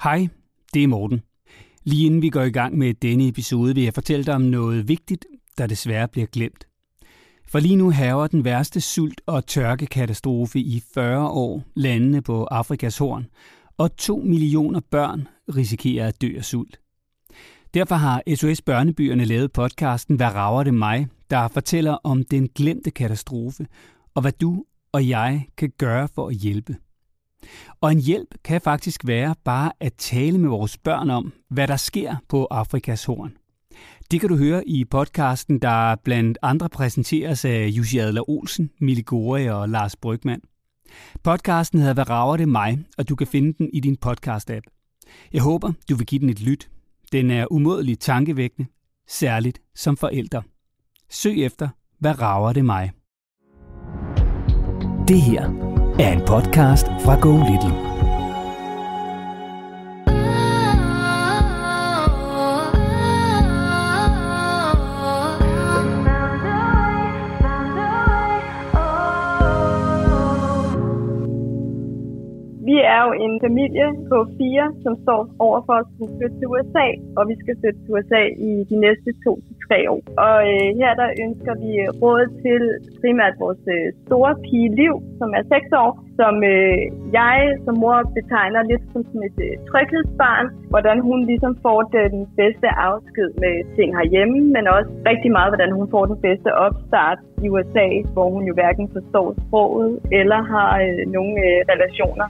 Hej, det er Morten. Lige inden vi går i gang med denne episode, vil jeg fortælle dig om noget vigtigt, der desværre bliver glemt. For lige nu hærger den værste sult- og tørkekatastrofe i 40 år landene på Afrikas Horn, og 2 millioner børn risikerer at dø af sult. Derfor har SOS Børnebyerne lavet podcasten Hvad rager det mig?, der fortæller om den glemte katastrofe, og hvad du og jeg kan gøre for at hjælpe. Og en hjælp kan faktisk være bare at tale med vores børn om, hvad der sker på Afrikas Horn. Det kan du høre i podcasten, der blandt andre præsenteres af Jussi Adler-Olsen, Mille Gore og Lars Brygmann. Podcasten hedder Hvad rager det mig?, og du kan finde den i din podcast-app. Jeg håber, du vil give den et lyt. Den er umådeligt tankevækkende, særligt som forældre. Søg efter Hvad rager det mig? Det her er en podcast fra Go Little. Vi er jo en familie på 4, som står overfor at skulle flytte til USA, og vi skal flytte til USA i de næste 2 til 3 år. Og her der ønsker vi råd til primært vores store pige Liv, som er 6 år, som jeg som mor betegner lidt som et tryghedsbarn, hvordan hun ligesom får den bedste afsked med ting herhjemme, men også rigtig meget, hvordan hun får den bedste opstart i USA, hvor hun jo hverken forstår sproget eller har nogle relationer.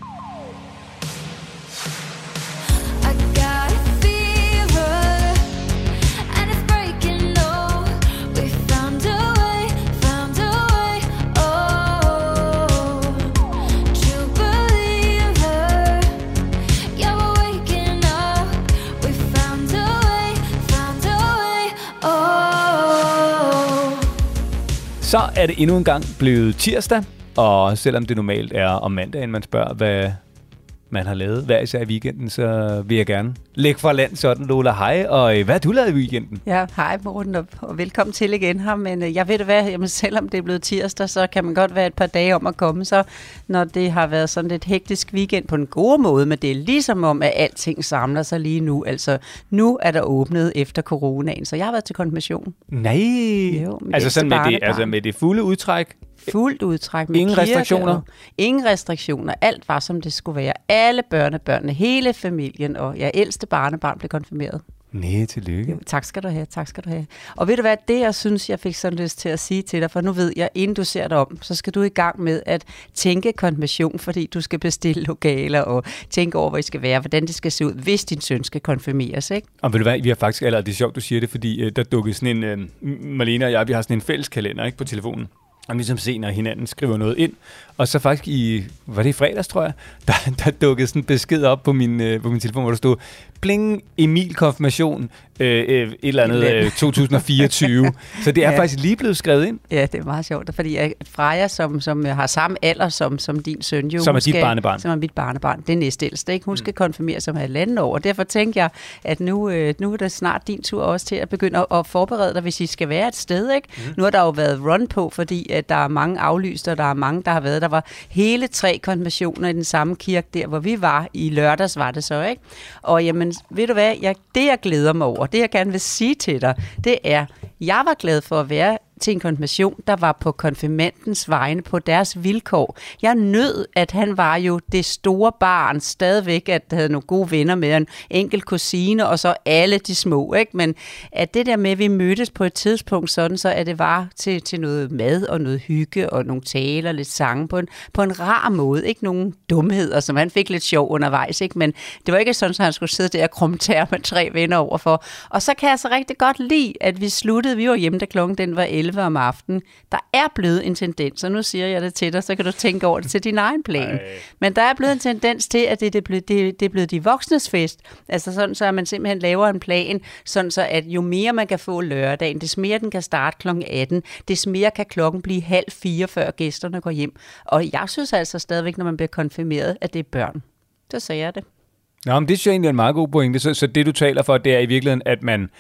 Så er det endnu en gang blevet tirsdag, og selvom det normalt er om mandagen, man spørger, hvad man har lavet hver især i weekenden, så vil jeg gerne lægge fra land sådan, Lola. Hej, og hvad har du lavet i weekenden? Ja, hej Morten, og velkommen til igen her. Men jeg ved det hvad, jamen, selvom det er blevet tirsdag, så kan man godt være et par dage om at komme så, når det har været sådan lidt hektisk weekend på en god måde, men det er ligesom om, at alting samler sig lige nu. Altså, nu er der åbnet efter coronaen, så jeg har været til konfirmation. Nej, jo, altså sådan med det fulde udtræk? Fuldt udtræk med ingen restriktioner? Ingen restriktioner. Alt var, som det skulle være. Alle børnebørnene, hele familien, og jeg ældste barnebarn blev konfirmeret. Nej, tillykke. Jo, tak skal du have, tak skal du have. Og ved du hvad, det jeg synes, jeg fik sådan lyst til at sige til dig, for nu ved jeg, inden du ser dig om, så skal du i gang med at tænke konfirmation, fordi du skal bestille lokaler og tænke over, hvor I skal være, hvordan det skal se ud, hvis din søn skal konfirmeres, ikke? Og ved du hvad, vi har faktisk allerede, det er sjovt, du siger det, fordi der dukkede sådan en, Malene og jeg, vi har sådan en fælles kalender, ikke, på telefonen. Og ligesom se, når hinanden skriver noget ind. Og så faktisk var det i fredags, tror jeg, der dukkede sådan en besked op på min telefon, hvor der stod, bling, Emil konfirmation, et eller andet 2024. Så det er faktisk lige blevet skrevet ind. Ja, det er meget sjovt, fordi Freja, som har samme alder som din søn, jo, som er dit barnebarn. Som er mit barnebarn, det er næstældste, ikke? Hun skal konfirmeres som 1,5 år, og derfor tænker jeg, at nu er det snart din tur også til at begynde at forberede dig, hvis I skal være et sted, ikke? Nu har der jo været run på, fordi at der er mange aflyst, og der er mange, der har været. Der var hele 3 konfirmationer i den samme kirke, der hvor vi var i lørdags, var det så, ikke? Og jamen, ved du hvad, det jeg glæder mig over, det jeg gerne vil sige til dig, det er, jeg var glad for at være til en konfirmation, der var på konfirmandens vegne på deres vilkår. Jeg nød, at han var jo det store barn, stadigvæk, at havde nogle gode venner med, en enkelt kusine, og så alle de små, ikke? Men at det der med, at vi mødtes på et tidspunkt sådan, så at det var til noget mad og noget hygge og nogle taler, lidt sange på en rar måde, ikke nogen dumheder, som han fik lidt sjov undervejs, ikke? Men det var ikke sådan, at han skulle sidde der og krumtære med 3 venner overfor. Og så kan jeg så rigtig godt lide, at vi var hjemme, da klokken den var 11 om aftenen. Der er blevet en tendens, og nu siger jeg det til dig, så kan du tænke over det til din egen plan. Men der er blevet en tendens til, at det er blevet de voksnes fest. Altså sådan, så at man simpelthen laver en plan, sådan så at jo mere man kan få lørdagen, des mere den kan starte kl. 18, des mere kan klokken blive 3:30, før gæsterne går hjem. Og jeg synes altså stadigvæk, når man bliver konfirmeret, at det er børn. Så sagde jeg det. Nå, men det synes jeg egentlig er en meget god pointe. Så det, du taler for, det er i virkeligheden, at man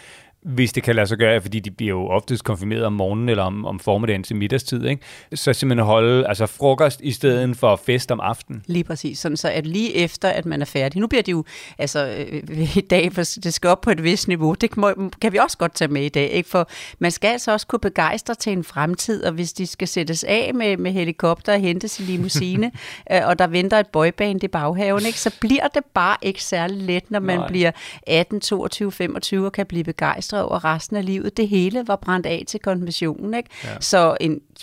hvis det kan lade sig gøre, fordi de bliver jo oftest konfirmeret om morgenen eller om formiddagen til middagstid, ikke? Så simpelthen holde frokost i stedet for fest om aftenen. Lige præcis, sådan så at lige efter, at man er færdig. Nu bliver det jo, i dag, for det skal op på et vist niveau, det kan vi også godt tage med i dag, ikke? For man skal altså også kunne begejstre til en fremtid, og hvis de skal sættes af med helikopter og hentes i limousine, og der venter et boyband i baghaven, ikke? Så bliver det bare ikke særlig let, når man bliver 18, 22, 25 og kan blive begejstret over resten af livet. Det hele var brændt af til konfirmationen, ikke? Ja. Så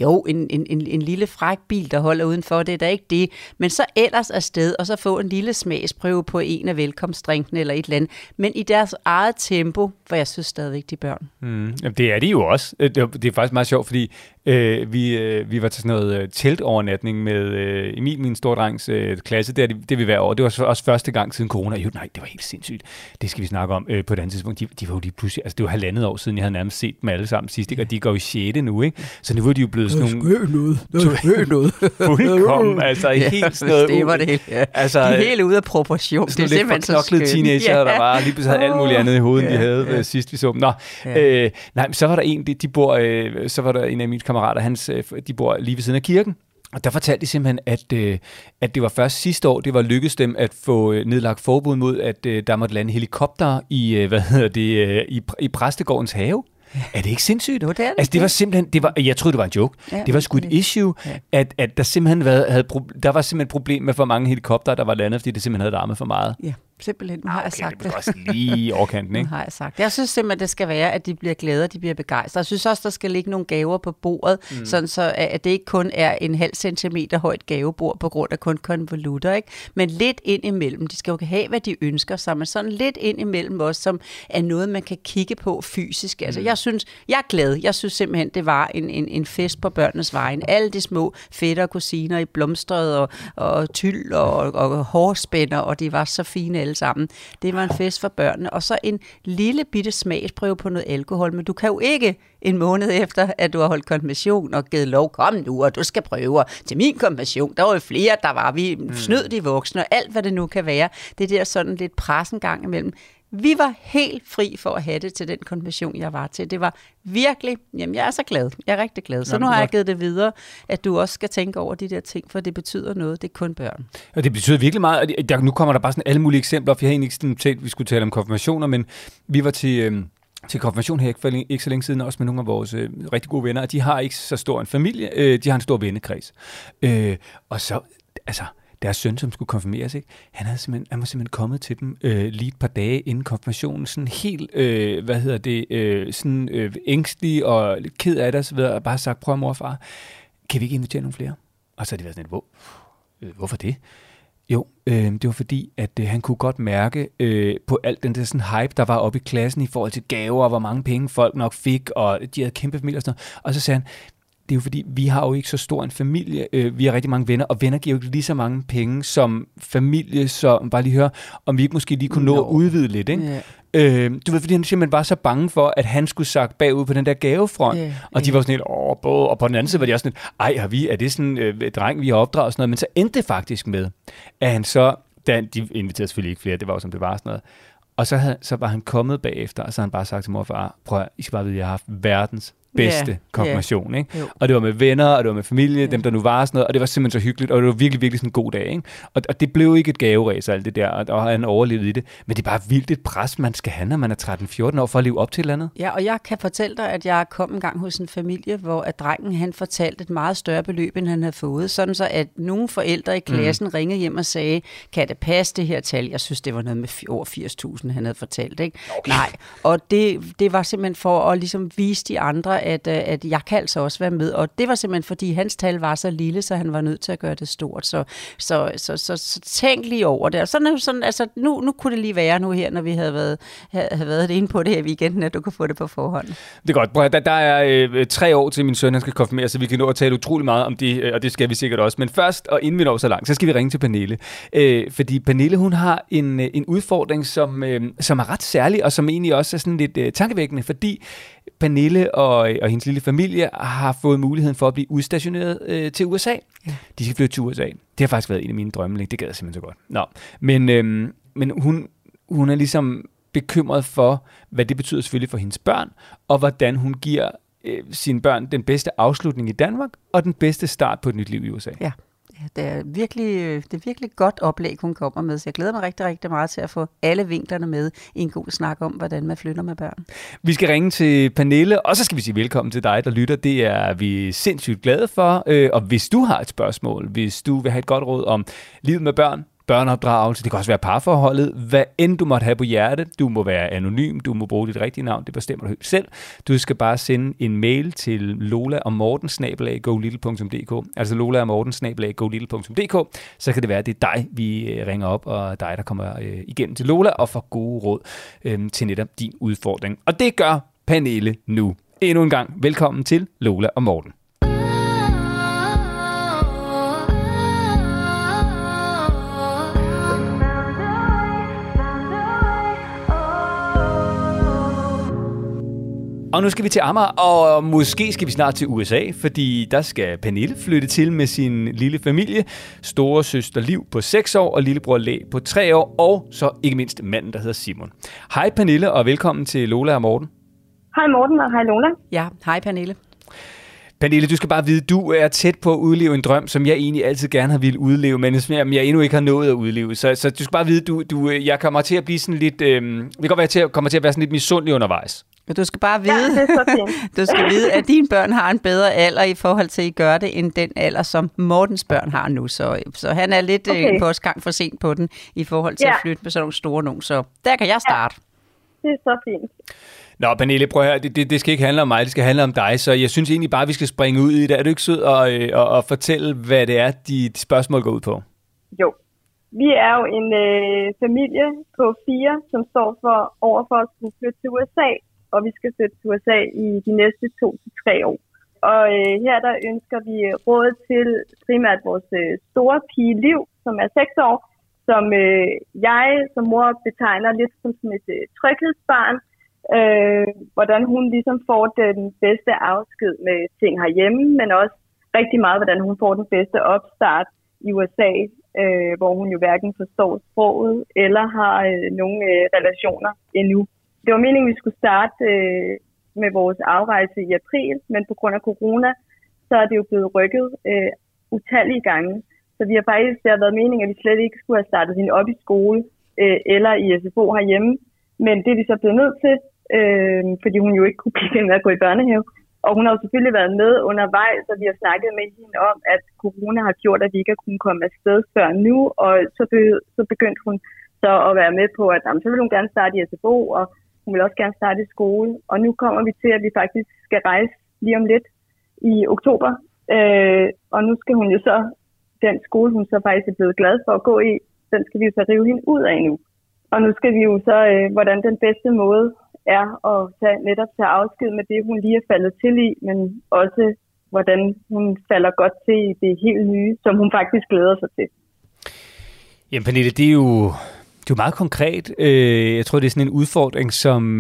en lille fræk bil, der holder udenfor, det er da ikke det. Men så ellers afsted, og så få en lille smagsprøve på en af velkomstdrinkene eller et eller andet. Men i deres eget tempo, for jeg synes stadigvæk, de børn. Jamen, det er de jo også. Det er faktisk meget sjovt, fordi vi var til sådan noget teltovernatning med Emil, min store drengs klasse. Det vi hver år. Det var også første gang siden corona. Jo, nej, det var helt sindssygt. Det skal vi snakke om på et andet tidspunkt. De var jo lige pludselig, det var 1,5 år siden, jeg havde nærmest set dem alle sammen sidst, ikke? Og de går i 6. nu, ikke? Så nu var de jo blevet sådan nogle... noget. Fuldkommen, helt sådan noget... Det var det hele. Ja. De er helt ude af proportion. Det er simpelthen så skønt. Teenager, der var lige pludselig havde alt muligt andet i hovedet, de havde sidst vi så dem. Nå, nej, så var der en, så var der en af mine kammerater, de bor lige ved siden af kirken. Og der fortalte de simpelthen, at det var først sidste år, det var lykkedes dem at få nedlagt forbud mod, at der måtte lande helikopter i præstegårdens have. Er det ikke sindssygt? Det er det var simpelthen, jeg troede, det var en joke. Ja, det var sgu et issue, at der simpelthen der var simpelthen et problem med for mange helikoptere, der var landet, fordi det simpelthen havde larmet for meget. Ja, simpelthen. Nu har jeg sagt det. Det også lige overkanten, ikke? Nu har jeg sagt det. Jeg synes simpelthen, det skal være, at de bliver glade, de bliver begejstrede. Jeg synes også, der skal ligge nogle gaver på bordet, sådan så at det ikke kun er 0,5 centimeter højt gavebord på grund af kun konvolutter, ikke? Men lidt ind imellem. De skal jo have, hvad de ønsker sig, men sådan lidt ind imellem også, som er noget, man kan kigge på fysisk. Altså, jeg er glad. Jeg synes simpelthen, det var en fest på børnenes vegne. Alle de små fætter og kusiner i blomstret og tyld og hårspænder, og de var så fine alle sammen. Det var en fest for børnene. Og så en lille bitte smagsprøve på noget alkohol, men du kan jo ikke en måned efter, at du har holdt konfirmation og givet lov, kom nu, og du skal prøve. Til min konfirmation, der var jo flere, der var. Vi snød de voksne, og alt, hvad det nu kan være. Det der sådan lidt pressen gang imellem. Vi var helt fri for at have det til den konfirmation, jeg var til. Det var virkelig, jeg er så glad. Jeg er rigtig glad. Så nu har jeg givet det videre, at du også skal tænke over de der ting, for det betyder noget. Det er kun børn. Og det betyder virkelig meget. Nu kommer der bare sådan alle mulige eksempler, for jeg har egentlig ikke tænkt, at vi skulle tale om konfirmationer, men vi var til konfirmation her ikke så længe siden, også med nogle af vores rigtig gode venner, og de har ikke så stor en familie, de har en stor vennekreds. Og så, deres søn, som skulle konfirmeres, ikke? Han var simpelthen kommet til dem lige et par dage inden konfirmationen, sådan helt, ængstelig og lidt ked af det, og så videre, og bare sagt, prøv mor og far, kan vi ikke invitere nogle flere? Og så har de været sådan lidt, hvorfor det? Jo, det var fordi, at han kunne godt mærke på alt den der sådan hype, der var oppe i klassen i forhold til gaver, og hvor mange penge folk nok fik, og de havde kæmpe familier og sådan noget. Og så sagde han, det er jo fordi, vi har jo ikke så stor en familie, vi har rigtig mange venner, og venner giver jo ikke lige så mange penge som familie, så bare lige høre, om vi ikke måske lige kunne nå at udvide lidt, ikke? Yeah. Du ved, fordi han simpelthen var så bange for, at han skulle sakke bagud på den der gavefront, og de var sådan lidt, og på den anden side var de også sådan, er det sådan dreng, vi har opdraget og sådan noget, men så endte det faktisk med, at han så, de inviterede selvfølgelig ikke flere, det var jo som det var sådan noget, og så var han kommet bagefter, og så har han bare sagt til mor og far, prøv at, I skal bare vide, at jeg har haft verdens bedste konfirmation, ikke? Og det var med venner, og det var med familie, dem der nu var sådan noget, og det var simpelthen så hyggeligt, og det var virkelig, virkelig sådan en god dag, ikke? Og det blev ikke et gaveræs og alt det der, og han overlevede i det, men det er bare vildt et pres, man skal have, når man er 13-14 år, for at leve op til et eller andet. Ja, og jeg kan fortælle dig, at jeg kom en gang hos en familie, hvor at drengen, han fortalte et meget større beløb, end han havde fået, sådan så, at nogle forældre i klassen ringede hjem og sagde, kan det passe det her tal? Jeg synes, det var noget med over 80.000, han havde fortalt, ikke? Okay. Nej, og det var simpelthen for at ligesom vise de andre, at jeg kan altså også være med, og det var simpelthen fordi hans tal var så lille, så han var nødt til at gøre det stort, så tænk lige over det. Sådan, altså, nu kunne det lige være nu her, når vi havde været inde på det her weekenden, at du kan få det på forhånd. Det er godt. Prøv, der er 3 år til min søn, han skal konfirmere, så vi kan nå at tale utrolig meget om det, og det skal vi sikkert også. Men først, og inden vi når så langt, så skal vi ringe til Pernille. Fordi Pernille, hun har en udfordring, som er ret særlig, og som egentlig også er sådan lidt tankevækkende, fordi Pernille og hendes lille familie har fået muligheden for at blive udstationeret til USA. Ja. De skal flytte til USA. Det har faktisk været en af mine drømme. Det gad jeg simpelthen så godt. Men hun er ligesom bekymret for, hvad det betyder selvfølgelig for hendes børn, og hvordan hun giver sine børn den bedste afslutning i Danmark, og den bedste start på et nyt liv i USA. Ja. Det er virkelig godt oplæg, hun kommer med, så jeg glæder mig rigtig, rigtig meget til at få alle vinklerne med i en god snak om, hvordan man flytter med børn. Vi skal ringe til Pernille, og så skal vi sige velkommen til dig, der lytter. Det er vi sindssygt glade for, og hvis du har et spørgsmål, hvis du vil have et godt råd om livet med børn, børneopdragelse, det kan også være parforholdet, hvad end du måtte have på hjerte. Du må være anonym, du må bruge dit rigtige navn, det bestemmer du helt selv. Du skal bare sende en mail til lola@golittle.dk, altså lola@golittle.dk, så kan det være, at det er dig, vi ringer op, og dig, der kommer igennem til Lola og får gode råd til netop din udfordring. Og det gør Pernille nu. Endnu en gang velkommen til Lola og Morten. Og nu skal vi til Amager, og måske skal vi snart til USA, fordi der skal Pernille flytte til med sin lille familie. Store søster Liv på 6 år, og lillebror Læ på 3 år, og så ikke mindst manden, der hedder Simon. Hej Pernille, og velkommen til Lola og Morten. Hej Morten, og hej Lola. Ja, hej Pernille. Pernille, du skal bare vide, du er tæt på at udleve en drøm, som jeg egentlig altid gerne har ville udleve, men som jeg endnu ikke har nået at udleve. Så du skal bare vide, jeg kommer til at blive sådan lidt, det kan godt være, at jeg kommer til at være sådan lidt misundelig undervejs. Du skal bare vide, du skal vide, at dine børn har en bedre alder i forhold til at gøre det, end den alder, som Mortens børn har nu. Så han er lidt på os gang for sent på den, i forhold til at flytte med sådan nogle store nogen. Så der kan jeg starte. Ja, det er så fint. Nå, Pernille, prøv at høre, det skal ikke handle om mig, det skal handle om dig, så jeg synes egentlig bare, vi skal springe ud i det. Er du ikke sød og fortælle, hvad det er, dit spørgsmål går ud på? Jo. Vi er jo en familie på 4, som står overfor at skulle flytte til USA, og vi skal flytte til USA i de næste 2 til 3 år. Og her der ønsker vi råd til primært vores store pige Liv, som er 6 år, som jeg som mor betegner lidt som et tryghedsbarn, hvordan hun ligesom får den bedste afsked med ting herhjemme, men også rigtig meget, hvordan hun får den bedste opstart i USA, hvor hun jo hverken forstår sproget eller har nogen relationer endnu. Det var meningen, at vi skulle starte med vores afrejse i april, men på grund af corona, så er det jo blevet rykket utallige gange. Så det har været meningen, at vi slet ikke skulle have startet hende op i skole eller i SFO herhjemme. Men det er vi så blevet nødt til, fordi hun jo ikke kunne blive ved med at gå i børnehave. Og hun har jo selvfølgelig været med undervejs, og vi har snakket med hende om, at corona har gjort, at vi ikke har kunnet komme afsted før nu. Og så begyndte hun så at være med på, at så vil hun gerne starte i SFO, og hun vil også gerne starte i skole. Og nu kommer vi til, at vi faktisk skal rejse lige om lidt i oktober. Og nu skal hun jo så, den skole, hun så faktisk er blevet glad for at gå i, den skal vi jo så rive hende ud af nu. Og nu skal vi jo så, hvordan den bedste måde er at netop tage afsked med det, hun lige er faldet til i, men også hvordan hun falder godt til i det helt nye, som hun faktisk glæder sig til. Jamen Pernille, det er jo meget konkret. Jeg tror, det er sådan en udfordring,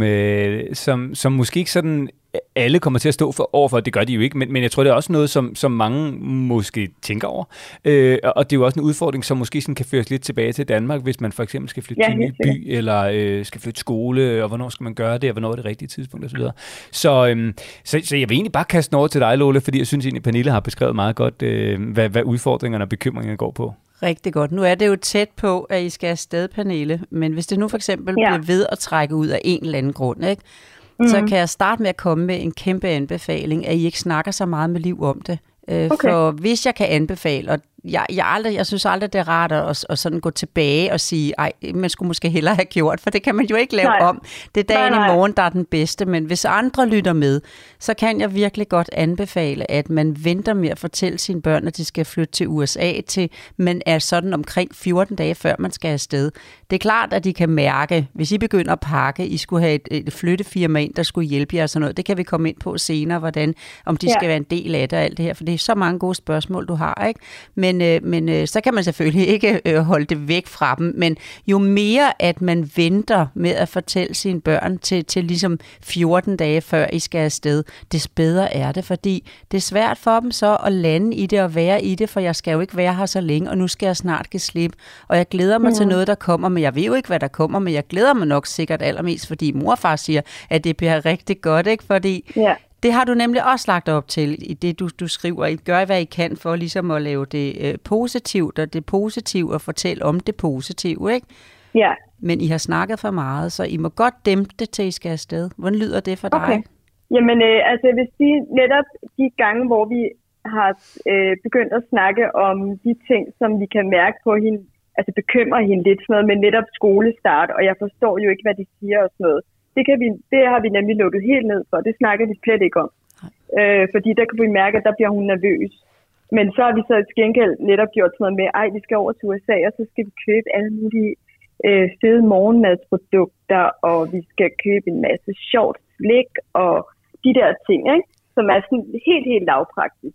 som måske ikke sådan alle kommer til at stå overfor. Det gør de jo ikke, men jeg tror, det er også noget, som mange måske tænker over. Og det er jo også en udfordring, som måske sådan kan føres lidt tilbage til Danmark, hvis man for eksempel skal flytte til en ny by, eller skal flytte skole, og hvornår skal man gøre det, og hvornår er det rigtige tidspunkt osv. Så jeg vil egentlig bare kaste over til dig, Lola, fordi jeg synes egentlig, Pernille har beskrevet meget godt, hvad udfordringerne og bekymringerne går på. Rigtig godt. Nu er det jo tæt på, at I skal afsted, Pernille, men hvis det nu for eksempel bliver ved at trække ud af en eller anden grund, ikke? Så kan jeg starte med at komme med en kæmpe anbefaling, at I ikke snakker så meget med Liv om det. For hvis jeg kan anbefale, og jeg synes aldrig, det er rart at sådan gå tilbage og sige, ej, man skulle måske hellere have gjort, for det kan man jo ikke lave om. Det er dagen i morgen, der er den bedste, men hvis andre lytter med, så kan jeg virkelig godt anbefale, at man venter med at fortælle sine børn, at de skal flytte til USA, til man er sådan omkring 14 dage før man skal afsted. Det er klart, at de kan mærke, hvis I begynder at pakke, I skulle have et flyttefirma ind, der skulle hjælpe jer og sådan noget. Det kan vi komme ind på senere, om de skal være en del af det og alt det her, for det er så mange gode spørgsmål, du har, ikke? Men så kan man selvfølgelig ikke holde det væk fra dem. Men jo mere, at man venter med at fortælle sine børn til ligesom 14 dage før I skal afsted, des bedre er det, fordi det er svært for dem så at lande i det og være i det, for jeg skal jo ikke være her så længe, og nu skal jeg snart give slip. Og jeg glæder mig til noget, der kommer, men jeg ved jo ikke, hvad der kommer, men jeg glæder mig nok sikkert allermest, fordi mor og far siger, at det bliver rigtig godt, ikke? Fordi det har du nemlig også lagt op til i det, du skriver. I gør, hvad I kan for ligesom at lave det positivt, og det positive og fortælle om det positive, ikke? Ja. Men I har snakket for meget, så I må godt dæmpe det, til I skal afsted. Hvordan lyder det for dig? Okay. Jamen, altså jeg vil sige, netop de gange, hvor vi har begyndt at snakke om de ting, som vi kan mærke på hende, altså bekymrer hende lidt, sådan noget med netop skolestart, og jeg forstår jo ikke, hvad de siger og sådan noget. Det har vi nemlig lukket helt ned for. Det snakker vi slet ikke om. Fordi der kan vi mærke, at der bliver hun nervøs. Men så har vi så til gengæld netop gjort sådan noget med, vi skal over til USA, og så skal vi købe alle mulige fede morgenmadsprodukter, og vi skal købe en masse sjovt slik, og de der ting, ikke? Som er sådan helt lavpraktisk.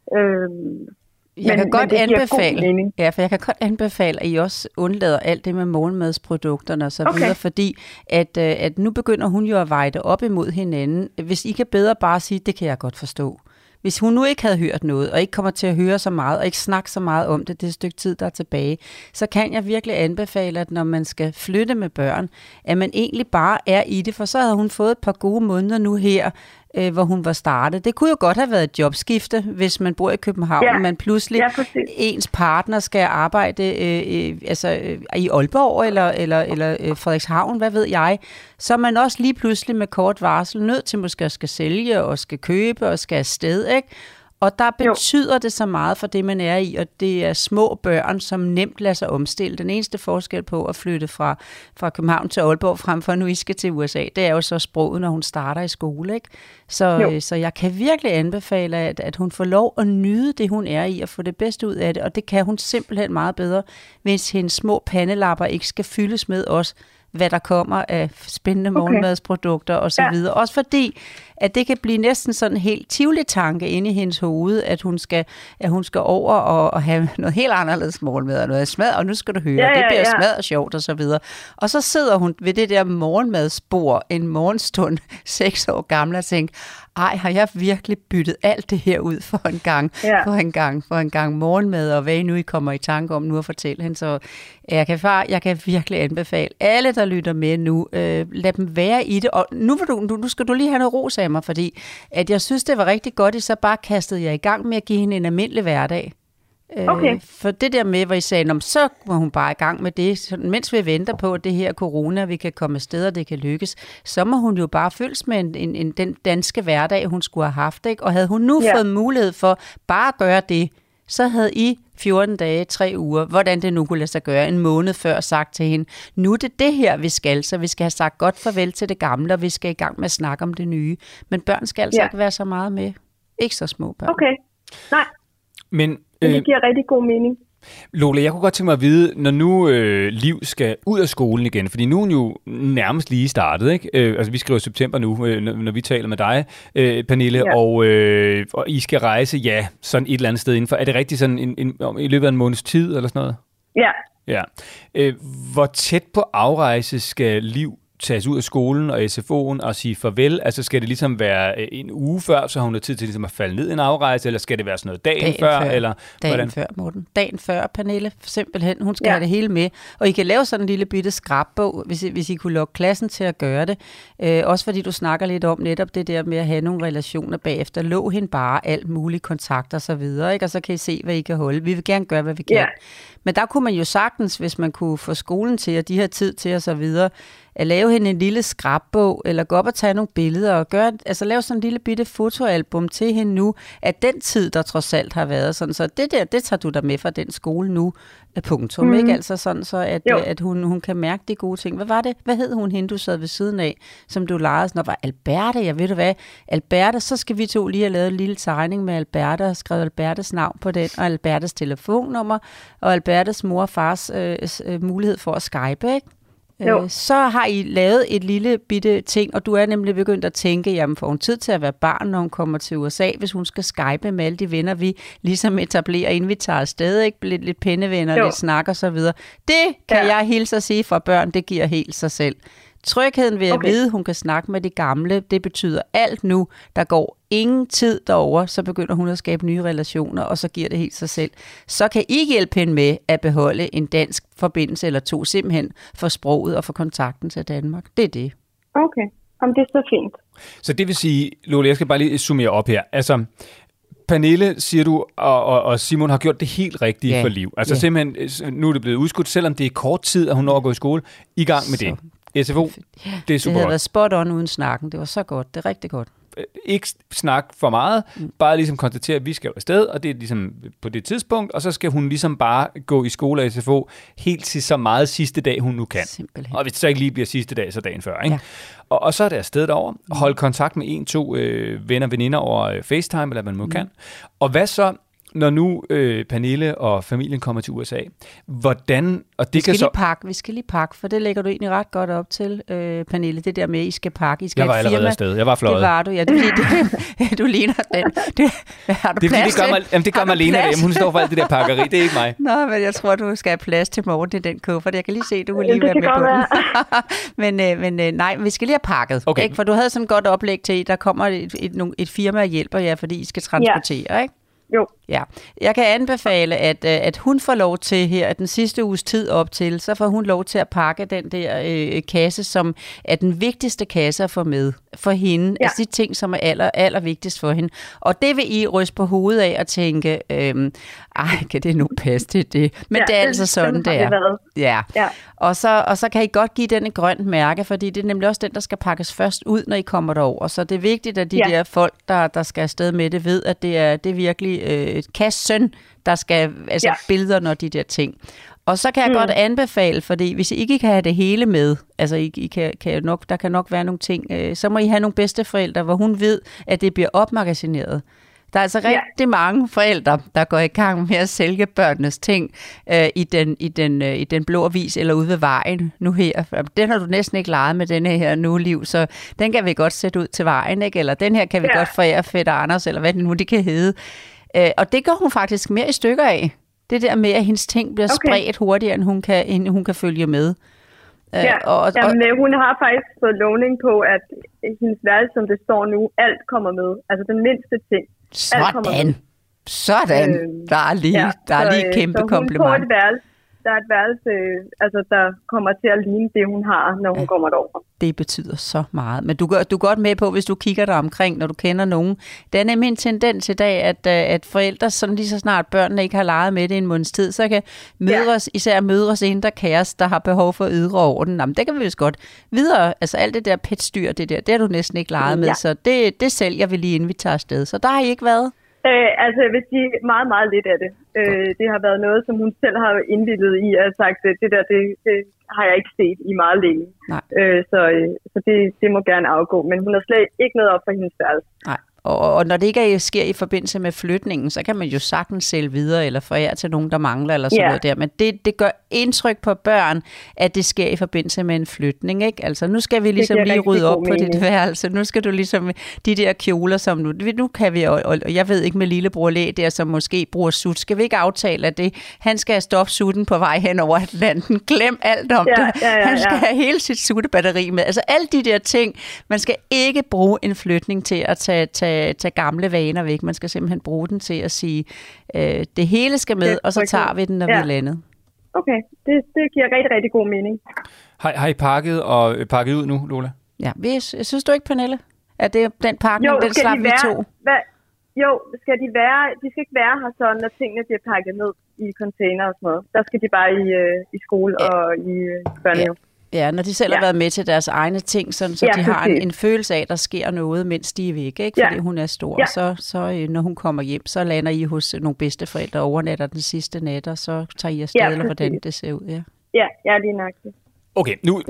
Jeg kan godt anbefale, at I også undlader alt det med morgenmadsprodukter og så videre, fordi at nu begynder hun jo at veje det op imod hinanden. Hvis I kan bedre bare sige, det kan jeg godt forstå. Hvis hun nu ikke havde hørt noget, og ikke kommer til at høre så meget, og ikke snakke så meget om det stykke tid, der er tilbage, så kan jeg virkelig anbefale, at når man skal flytte med børn, at man egentlig bare er i det, for så havde hun fået et par gode måneder nu her, hvor hun var startet. Det kunne jo godt have været et jobskifte, hvis man bor i København, men pludselig ens partner skal arbejde i Aalborg eller Frederikshavn, hvad ved jeg, så er man også lige pludselig med kort varsel nødt til måske at skal sælge og skal købe og skal afsted, ikke? Og der betyder det så meget for det, man er i, og det er små børn, som nemt lader sig omstille. Den eneste forskel på at flytte fra København til Aalborg, frem for nu I skal til USA, det er jo så sproget, når hun starter i skole, ikke? Så jeg kan virkelig anbefale, at hun får lov at nyde det, hun er i, og få det bedste ud af det, og det kan hun simpelthen meget bedre, hvis hendes små pandelapper ikke skal fyldes med os, hvad der kommer af spændende morgenmadsprodukter og så videre. Også fordi, at det kan blive næsten sådan en helt tivoli tanke inde i hendes hoved, at hun skal over og have noget helt anderledes morgenmad og noget smad, og nu skal du høre, det bliver smad og sjovt og så videre. Og så sidder hun ved det der morgenmadsbord en morgenstund 6 år gammel og tænker, har jeg virkelig byttet alt det her ud for en gang morgenmad, og hvad nu I kommer i tanke om nu at fortælle hende. Så jeg kan virkelig anbefale alle, der lytter med nu, lad dem være i det. Og nu skal du lige have noget ros af mig, fordi at jeg synes, det var rigtig godt, I så bare kastede jer i gang med at give hende en almindelig hverdag. For det der med, hvor I sagde, så må hun bare i gang med det, så, mens vi venter på, at det her corona, vi kan komme afsted, og det kan lykkes, så må hun jo bare følges med den danske hverdag, hun skulle have haft, ikke? Og havde hun nu fået mulighed for bare at gøre det, så havde I 14 dage, 3 uger, hvordan det nu kunne lade sig gøre, en måned før sagt til hende, nu er det her, vi skal, så vi skal have sagt godt farvel til det gamle, og vi skal i gang med at snakke om det nye. Men børn skal altså ikke være så meget med. Ikke så små børn. Okay, nej. Men det giver rigtig god mening. Lola, jeg kunne godt tænke mig at vide, når nu Liv skal ud af skolen igen, fordi nu er hun jo nærmest lige startet, ikke? Altså vi skriver september nu, når vi taler med dig, Pernille, og I skal rejse, sådan et eller andet sted indenfor. Er det rigtigt sådan i løbet af en måneds tid eller sådan noget? Ja. Hvor tæt på afrejse skal Liv tages ud af skolen og SFO'en og sige farvel? Altså skal det ligesom være en uge før, så hun har tid til ligesom at falde ned i en afrejse, eller skal det være sådan noget dagen før? Eller dagen før, Morten. Dagen før, Pernille, simpelthen. Hun skal have det hele med. Og I kan lave sådan en lille bitte skrabbog, hvis I kunne lukke klassen til at gøre det. Også fordi du snakker lidt om netop det der med at have nogle relationer bagefter. Lå hende bare alt muligt kontakt og så videre, ikke? Og så kan I se, hvad I kan holde. Vi vil gerne gøre, hvad vi kan. Men der kunne man jo sagtens, hvis man kunne få skolen til, og de har tid til og så videre, at lave hende en lille skrabbog, eller gå op og tage nogle billeder, og lave sådan en lille bitte fotoalbum til hende nu, at den tid, der trods alt har været sådan, så det tager du der med fra den skole nu, punktum, ikke? Altså sådan, så at hun kan mærke de gode ting. Hvad var det? Hvad hed hun, hende du sad ved siden af, som du legede? Når var Alberte, jeg ved du hvad? Alberte, så skal vi to lige have lavet en lille tegning med Alberte, og skrevet Albertes navn på den, og Albertes telefonnummer, og Albertes mor og fars mulighed for at Skype, ikke? Så har I lavet et lille bitte ting, og du er nemlig begyndt at tænke, jamen får hun tid til at være barn, når hun kommer til USA, hvis hun skal skype med alle de venner, vi ligesom etablerer, inden vi tager afsted, ikke? Lidt pindevenner, lidt snak og så videre. Det kan jeg hilse at sige fra børn, det giver helt sig selv. Trygheden ved at vide, hun kan snakke med de gamle, det betyder alt nu. Der går ingen tid derover, så begynder hun at skabe nye relationer, og så giver det helt sig selv. Så kan I hjælpe hende med at beholde en dansk forbindelse eller to, simpelthen for sproget og for kontakten til Danmark. Det er det. Okay, om det er så fint. Så det vil sige, Lola, jeg skal bare lige summere op her. Altså, Pernille, siger du, og Simon har gjort det helt rigtige for Liv. Altså simpelthen, nu er det blevet udskudt, selvom det er kort tid, at hun når at gå i skole, i gang med det. SFO, det er super. Det havde været spot on uden snakken. Det var så godt. Det er rigtig godt. Ikke snak for meget. Bare ligesom konstatere, at vi skal afsted, og det er ligesom på det tidspunkt, og så skal hun ligesom bare gå i skole og SFO helt til så meget sidste dag, hun nu kan. Simpelthen. Og hvis det så ikke lige bliver sidste dag, så dagen før. Ikke? Ja. Og så er det afsted derover. Hold kontakt med 1-2 venner og veninder over FaceTime, eller hvad man nu kan. Og hvad så, når nu Pernille og familien kommer til USA, hvordan... Og det vi skal lige pakke, for det lægger du egentlig ret godt op til, Pernille. Det der med, I skal pakke. I skal jeg var allerede afsted. Jeg var fløjet. Det var du, ja. Du ligner den. Har du plads til? Det gør Marlene derhjemme. Hun står for alt det der pakkeri. Det er ikke mig. Nå, men jeg tror, du skal have plads til morgen til den kuffert. Jeg kan lige se, du vil lige være med på den. men nej, vi skal lige have pakket. Okay. Ikke? For du havde sådan et godt oplæg til, der kommer et firma og hjælper jer, fordi I skal transportere, ikke? Jo. Ja, jeg kan anbefale, at hun får lov til her, den sidste uges tid op til, så får hun lov til at pakke den der kasse, som er den vigtigste kasse at få med for hende. Ja. Altså de ting, som er aller vigtigst for hende. Og det vil I ryste på hovedet af og tænke, kan det nu passe til det? Men det er altså sådan, det er. Ja. Og så kan I godt give den et grønt mærke, fordi det er nemlig også den, der skal pakkes først ud, når I kommer derover. Så det er vigtigt, at de der folk, der skal afsted med det, ved, at det er virkelig kassen, der skal billeder, når de der ting. Og så kan jeg godt anbefale, fordi hvis I ikke kan have det hele med, altså der kan nok være nogle ting, så må I have nogle bedsteforældre, hvor hun ved, at det bliver opmagasineret. Der er altså rigtig mange forældre, der går i gang med at sælge børnenes ting i den blå avis eller ude ved vejen nu her. Den har du næsten ikke leget med denne her nu, Liv, så den kan vi godt sætte ud til vejen, ikke? Eller den her kan vi godt forære Fætter Anders, eller hvad det nu det kan hedde. Og det går hun faktisk mere i stykker af. Det der med, at hendes ting bliver spredt hurtigere, end hun kan følge med. Hun har faktisk fået lovning på, at hendes værelse, som det står nu, alt kommer med. Altså den mindste ting. Sådan. Der er lige et kæmpe kompliment. Der er et værelse, der kommer til at ligne det, hun har, når hun kommer derover. Det betyder så meget. Men du er godt med på, hvis du kigger dig omkring, når du kender nogen. Det er nemlig en tendens i dag, at forældre, sådan lige så snart børnene ikke har leget med det i en måneds tid, så kan især mødres indre kæreste, der har behov for ydre orden. Jamen, det kan vi vist godt videre. Altså alt det der petstyr, det har du næsten ikke leget med, så det sælger vi lige, inden vi tager afsted. Så der har I ikke været? Jeg vil sige meget, meget lidt af det. Det har været noget, som hun selv har indvildet i, og sagt, at det har jeg ikke set i meget længe. Så det må gerne afgå. Men hun har slet ikke noget op for hendes værelse. Nej. Og når det ikke sker i forbindelse med flytningen, så kan man jo sagtens sælge videre eller forære til nogen, der mangler eller sådan noget der. Men det gør indtryk på børn, at det sker i forbindelse med en flytning, ikke? Altså nu skal vi ligesom lige rydde op på dit værelse. Nu skal du ligesom de der kjoler, som nu kan vi, og jeg ved ikke med lillebror Læ der, som måske bruger sut. Skal vi ikke aftale, at han skal stoppe sutten på vej hen over Atlanten? Glem alt om det. Han skal have hele sit suttebatteri med. Altså alle de der ting. Man skal ikke bruge en flytning til at tage gamle vaner væk. Man skal simpelthen bruge den til at sige, det hele skal med, og så tager vi den, når vi er landet. Okay, det giver rigtig, rigtig god mening. Har I pakket ud nu, Lola? Ja, synes du ikke, Pernille? At det den pakning, den slap vi to? De skal ikke være her så, når tingene bliver pakket ned i container og sådan noget. Der skal de bare i skole og i børnehave. Ja, når de selv har været med til deres egne ting, så de har en følelse af, at der sker noget, mens de er væk, ikke? Fordi hun er stor. Så når hun kommer hjem, så lander I hos nogle bedsteforældre, overnatter den sidste nat, og så tager I afsted, eller hvordan det ser ud, Ja, det er nøjagtigt. Okay, nu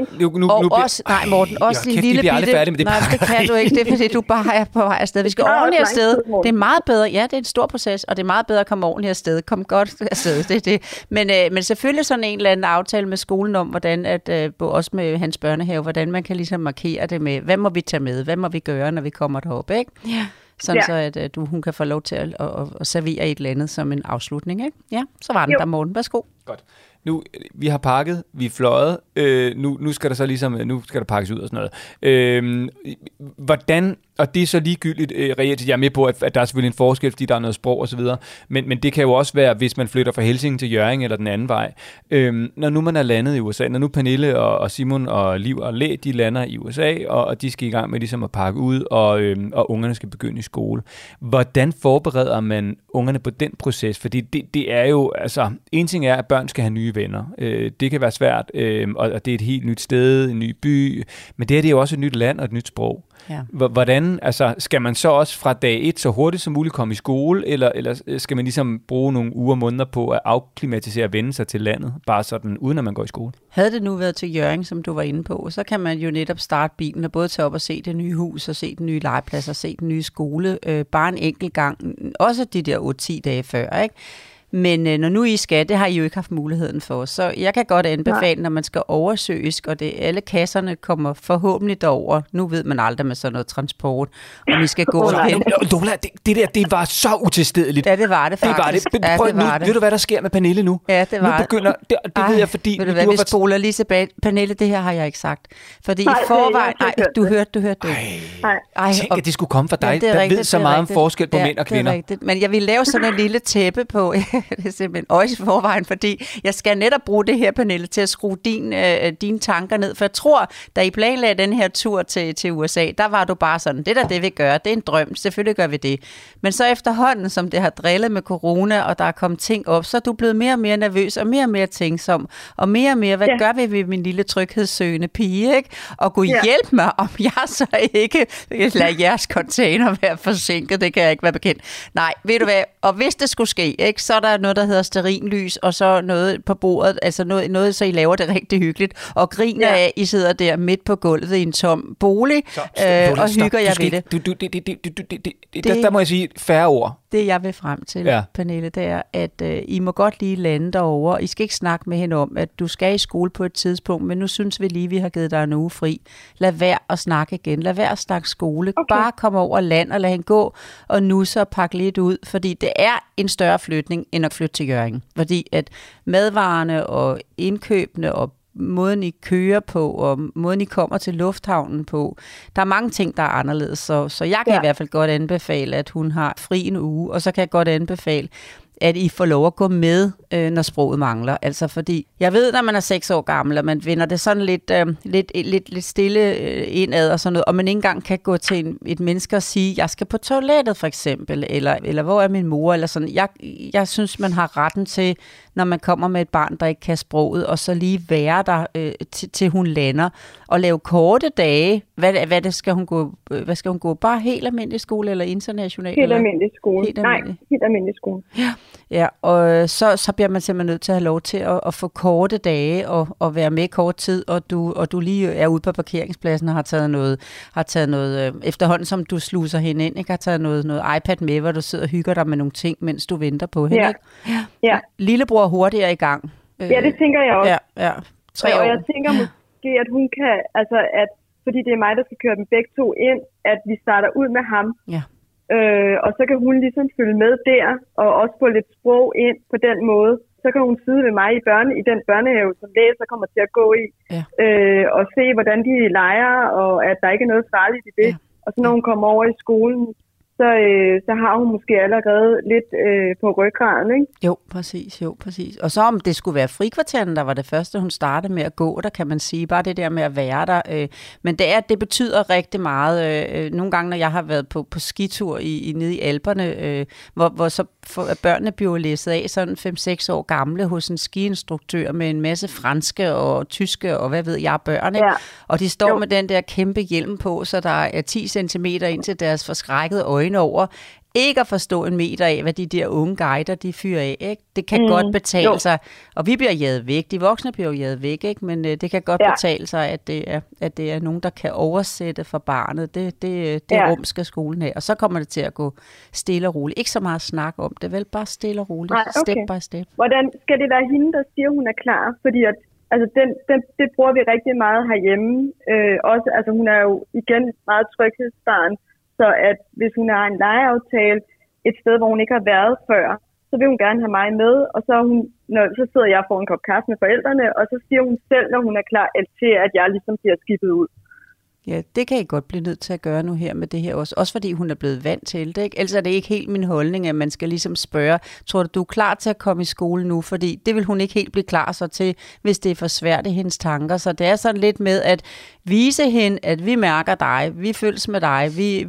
også, nej Morten, også en lille bitte... Færdig med det, nej, det kan du ikke, det er fordi, du bare er på vej afsted. Vi skal ordentligt afsted. Det er meget bedre, ja, det er en stor proces, og det er meget bedre at komme ordentligt afsted. Kom godt afsted, det er det. Men selvfølgelig sådan en eller anden aftale med skolen om, hvordan, også med hans børnehave, hvordan man kan ligesom markere det med, hvad må vi tage med, hvad må vi gøre, når vi kommer derop, ikke? Ja. Sådan så, at hun kan få lov til at servere et eller andet som en afslutning, ikke? Ja, så var den der, Morten. Værsgo. Godt. Nu, vi har pakket, vi er fløjet, nu skal der så ligesom, nu skal der pakkes ud og sådan noget. Hvordan, og det er så ligegyldigt reelt, jeg er med på, at der er selvfølgelig en forskel, fordi der er noget sprog og så videre, men det kan jo også være, hvis man flytter fra Helsinge til Hjørring eller den anden vej. Når nu man er landet i USA, når nu Pernille og Simon og Liv og Læ, de lander i USA, og de skal i gang med ligesom at pakke ud, og ungerne skal begynde i skole. Hvordan forbereder man ungerne på den proces? Fordi det er jo, altså, en ting er, at børn skal have nye venner. Det kan være svært, og det er et helt nyt sted, en ny by, men det er jo også et nyt land og et nyt sprog. Ja. Hvordan, altså, skal man så også fra dag 1 så hurtigt som muligt komme i skole, eller skal man ligesom bruge nogle uger og måneder på at afklimatisere og vende sig til landet, bare sådan, uden at man går i skole? Havde det nu været til Hjørring, som du var inde på, så kan man jo netop starte bilen og både tage op og se det nye hus, og se den nye legeplads, og se den nye skole, bare en enkelt gang, også de der 8-10 dage før, ikke? Men når nu I skal, det har I jo ikke haft muligheden for. Så jeg kan godt anbefale, når man skal oversøges, og alle kasserne kommer forhåbentlig derover. Nu ved man aldrig med sådan noget transport, og vi skal gå og vente. Lola, det var så utilstedeligt. Ja, det var det faktisk. Ved du, hvad der sker med Pernille nu? Ja, det var nu begynder, det ved jeg, fordi... Ved du hvad, vi spoler lige tilbage. Pernille, det her har jeg ikke sagt. Fordi i forvejen... Nej, du hørte det. Tænk, at det skulle komme fra dig, der ved så meget om forskel på mænd og kvinder. Det er rigtigt. Men jeg vil lave sådan en lille tæppe på... Det er simpelthen også i forvejen, fordi jeg skal netop bruge det her, Pernille, til at skrue dine tanker ned. For jeg tror, da I planlagde den her tur til USA, der var du bare sådan, det vi gør, det er en drøm, selvfølgelig gør vi det. Men så efterhånden, som det har drillet med corona, og der er kommet ting op, så er du blevet mere og mere nervøs, og mere tænksom, og mere, hvad gør vi ved min lille tryghedssøgende pige, ikke? Og kunne hjælpe mig, om jeg så ikke lader jeres container være forsinket, det kan jeg ikke være bekendt. Nej, ved du hvad, og hvis det skulle ske, ikke, så er der noget, der hedder stearinlys, og så noget på bordet, altså noget, så I laver det rigtig hyggeligt, og griner af, I sidder der midt på gulvet i en tom bolig, og hygger jer ved det. Der må jeg sige færre ord. Det, jeg vil frem til, Pernille, det er, at I må godt lige lande derovre. I skal ikke snakke med hende om, at du skal i skole på et tidspunkt, men nu synes vi lige, vi har givet dig en uge fri. Lad være at snakke igen. Lad være at snakke skole. Okay. Bare kom over land og lad hende gå og nusse og pakke lidt ud, fordi det er en større flytning, end at flytte til Hjørring. Fordi at madvarerne og indkøbene og måden I kører på, og måden I kommer til lufthavnen på. Der er mange ting, der er anderledes, så jeg kan i hvert fald godt anbefale, at hun har fri en uge, og så kan jeg godt anbefale, at I får lov at gå med, når sproget mangler. Altså fordi, jeg ved, når man er 6 år gammel, og man vender det sådan lidt stille indad og sådan noget, og man ikke engang kan gå til et menneske og sige, jeg skal på toilettet for eksempel, eller hvor er min mor, eller sådan. Jeg synes, man har retten til, når man kommer med et barn, der ikke kan sproget, og så lige være der, til hun lander, og lave korte dage. Hvad skal hun gå? Bare helt almindelig skole, eller international? Helt almindelig skole. Helt almindelig skole. Ja, og så bliver man simpelthen nødt til at have lov til at få korte dage og være med kort tid, og du lige er ude på parkeringspladsen og har taget noget efterhånden, som du sluser hende ind, ikke? Har taget noget iPad med, hvor du sidder og hygger dig med nogle ting, mens du venter på hende, ikke? Ja. Lillebror hurtigere i gang. Ja, det tænker jeg også. Ja. 3 år. Og jeg tænker måske, at hun kan, altså at, fordi det er mig, der skal køre dem begge to ind, at vi starter ud med ham. Ja. Og så kan hun ligesom følge med der, og også få lidt sprog ind på den måde. Så kan hun sidde ved mig i den børnehave, som læser kommer til at gå i, og se, hvordan de leger, og at der ikke er noget farligt i det. Og så når hun kommer over i skolen, så har hun måske allerede lidt på ryggraden, ikke? Jo, præcis. Og så om det skulle være frikvarteren, der var det første, hun startede med at gå, der kan man sige, bare det der med at være der. Men det betyder rigtig meget. Nogle gange, når jeg har været på skitur nede i Alperne, hvor så børnene bliver læsset af sådan 5-6 år gamle hos en skiinstruktør med en masse franske og tyske og hvad ved jeg, børn, ikke? Ja. Og de står med den der kæmpe hjelm på, så der er 10 centimeter ind til deres forskrækkede øjne, øjne over ikke at forstå en meter af, hvad de der unge guider, de fyrer af. Ikke? Det kan godt betale sig, og vi bliver jaget væk. De voksne bliver jaget væk, ikke? Men det kan godt betale sig, at det er nogen, der kan oversætte for barnet. Det rum skal skolen have. Og så kommer det til at gå stille og roligt. Ikke så meget snak om det, vel? Bare stille og roligt. Step by step. Hvordan skal det være hende, der siger, hun er klar? Fordi at altså det bruger vi rigtig meget herhjemme. Også, altså hun er jo igen meget tryghedsbarn, så at hvis hun har en legeaftale et sted, hvor hun ikke har været før, så vil hun gerne have mig med, og så sidder jeg og får en kop kaffe med forældrene, og så siger hun selv, når hun er klar til, at jeg ligesom bliver skibet ud. Ja, det kan I godt blive nødt til at gøre nu her med det her også. Også fordi hun er blevet vant til det, ikke? Ellers er det ikke helt min holdning, at man skal ligesom spørge, tror du er klar til at komme i skole nu? Fordi det vil hun ikke helt blive klar så til, hvis det er for svært i hendes tanker. Så det er sådan lidt med at vise hende, at vi mærker dig, vi følges med dig,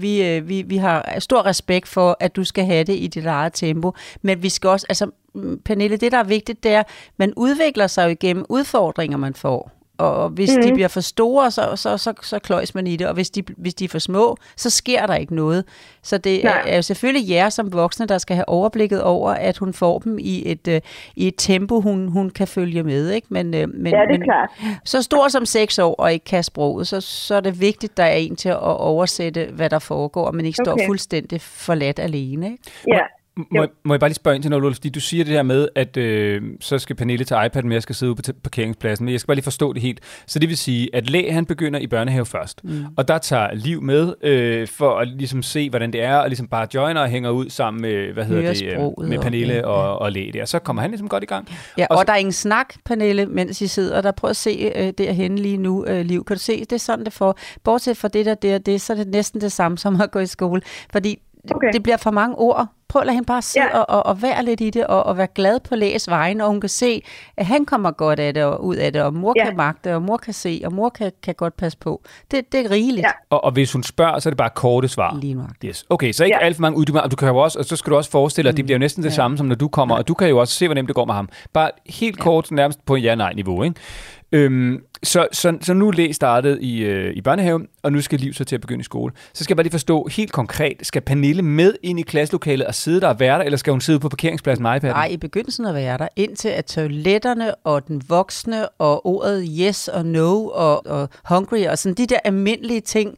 vi har stor respekt for, at du skal have det i dit eget tempo. Men vi skal også, altså Pernille, det der er vigtigt, det er, man udvikler sig jo igennem udfordringer, man får. Og hvis de bliver for store, så kløjs man i det. Og hvis de er for små, så sker der ikke noget. Så det er jo selvfølgelig jer som voksne, der skal have overblikket over, at hun får dem i et tempo, hun kan følge med. Ikke? Men det er klart. Så stor som 6 år og ikke kan sproget, så er det vigtigt, der er en til at oversætte, hvad der foregår, og man ikke står fuldstændig forladt alene. Ikke? Ja. Må jeg bare lige spørge ind til noget, fordi du siger det her med, at så skal Pernille tage iPad'en med, jeg skal sidde ude på parkeringspladsen, men jeg skal bare lige forstå det helt. Så det vil sige, at Læ, han begynder i børnehave først, og der tager Liv med for at ligesom se, hvordan det er, og ligesom bare joiner og hænger ud sammen med, med Pernille og Læ der. Så kommer han ligesom godt i gang. Ja, og der er ingen snak, Pernille, mens I sidder der. Prøv at se derhenne lige nu, Liv. Kan du se, det er sådan, det får. Bortset fra det der, så er det næsten det samme som at gå i skole, fordi det bliver for mange ord. Prøv at lade hende bare sidde og være lidt i det, og være glad på Læs vejen, og hun kan se, at han kommer godt af det og ud af det, og mor kan magte, og mor kan se, og mor kan godt passe på. Det er rigeligt. Ja. Og hvis hun spørger, så er det bare korte svar. Lige nok. Yes. Okay, så ikke alt for mange uddybninger. Du kan jo også, og så skal du også forestille dig, at det bliver jo næsten det samme, som når du kommer, og du kan jo også se, hvor nemt det går med ham. Bare helt kort, nærmest på ja-nej-niveau, ikke? Så nu Læ startet i børnehaven, og nu skal Liv så til at begynde i skole. Så skal jeg bare lige forstå helt konkret, skal Pernille med ind i klasselokalet og sidde der og være der, eller skal hun sidde på parkeringspladsen med iPad'en? Nej, i begyndelsen at være der, indtil at toiletterne og den voksne og ordet yes og no og hungry og sådan de der almindelige ting,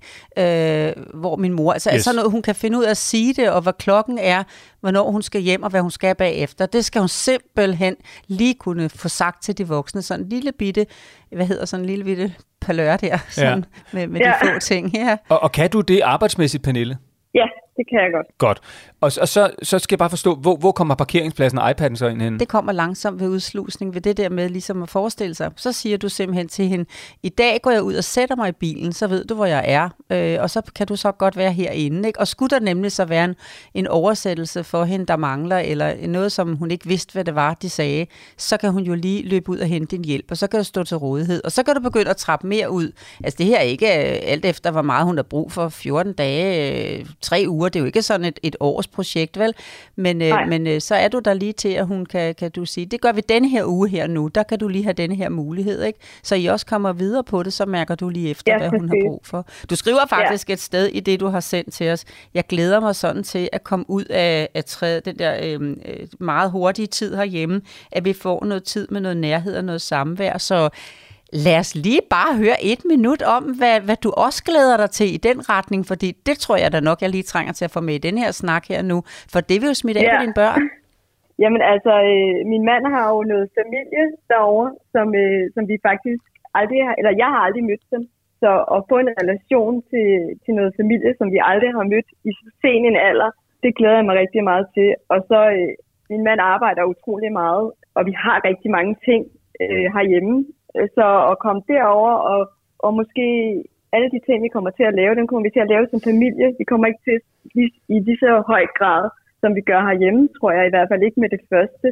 hvor min mor, altså sådan noget, hun kan finde ud af at sige det, og hvad klokken er, hvornår hun skal hjem og hvad hun skal bagefter. Det skal hun simpelthen lige kunne få sagt til de voksne. Sådan en lille bitte, sådan en lille bitte palør der, sådan, med de få ting her. Og kan du det arbejdsmæssigt, Pernille? Ja, det kan jeg godt. Godt. Og så skal jeg bare forstå, hvor kommer parkeringspladsen og iPad'en så ind hen? Det kommer langsomt ved udslusning, ved det der med ligesom at forestille sig. Så siger du simpelthen til hende, i dag går jeg ud og sætter mig i bilen, så ved du, hvor jeg er. Og så kan du så godt være herinde. Ikke? Og skulle der nemlig så være en oversættelse for hende, der mangler, eller noget, som hun ikke vidste, hvad det var, de sagde, så kan hun jo lige løbe ud og hente din hjælp, og så kan du stå til rådighed. Og så kan du begynde at trappe mere ud. Altså det her er ikke alt efter, hvor meget hun har brug for. 14 dage, 3 uger, det er jo ikke sådan et års projekt, vel? Men så er du der lige til, at hun kan du sige, det gør vi denne her uge her nu, der kan du lige have denne her mulighed, ikke? Så I også kommer videre på det, så mærker du lige efter, hvad hun har brug for. Du skriver faktisk et sted i det, du har sendt til os. Jeg glæder mig sådan til at komme ud af den der meget hurtige tid herhjemme, at vi får noget tid med noget nærhed og noget samvær, så lad os lige bare høre 1 minut om, hvad du også glæder dig til i den retning, fordi det tror jeg da nok, jeg lige trænger til at få med i den her snak her nu, for det vil jo smitte af på dine børn. Jamen altså, min mand har jo noget familie derovre, som vi faktisk aldrig har, eller jeg har aldrig mødt dem, så at få en relation til noget familie, som vi aldrig har mødt i sen en alder, det glæder jeg mig rigtig meget til, og så min mand arbejder utrolig meget, og vi har rigtig mange ting herhjemme. Så at komme derover og måske alle de ting, vi kommer til at lave, dem kommer vi til at lave som familie. Vi kommer ikke til i lige så høj grad, som vi gør herhjemme, tror jeg i hvert fald ikke med det første,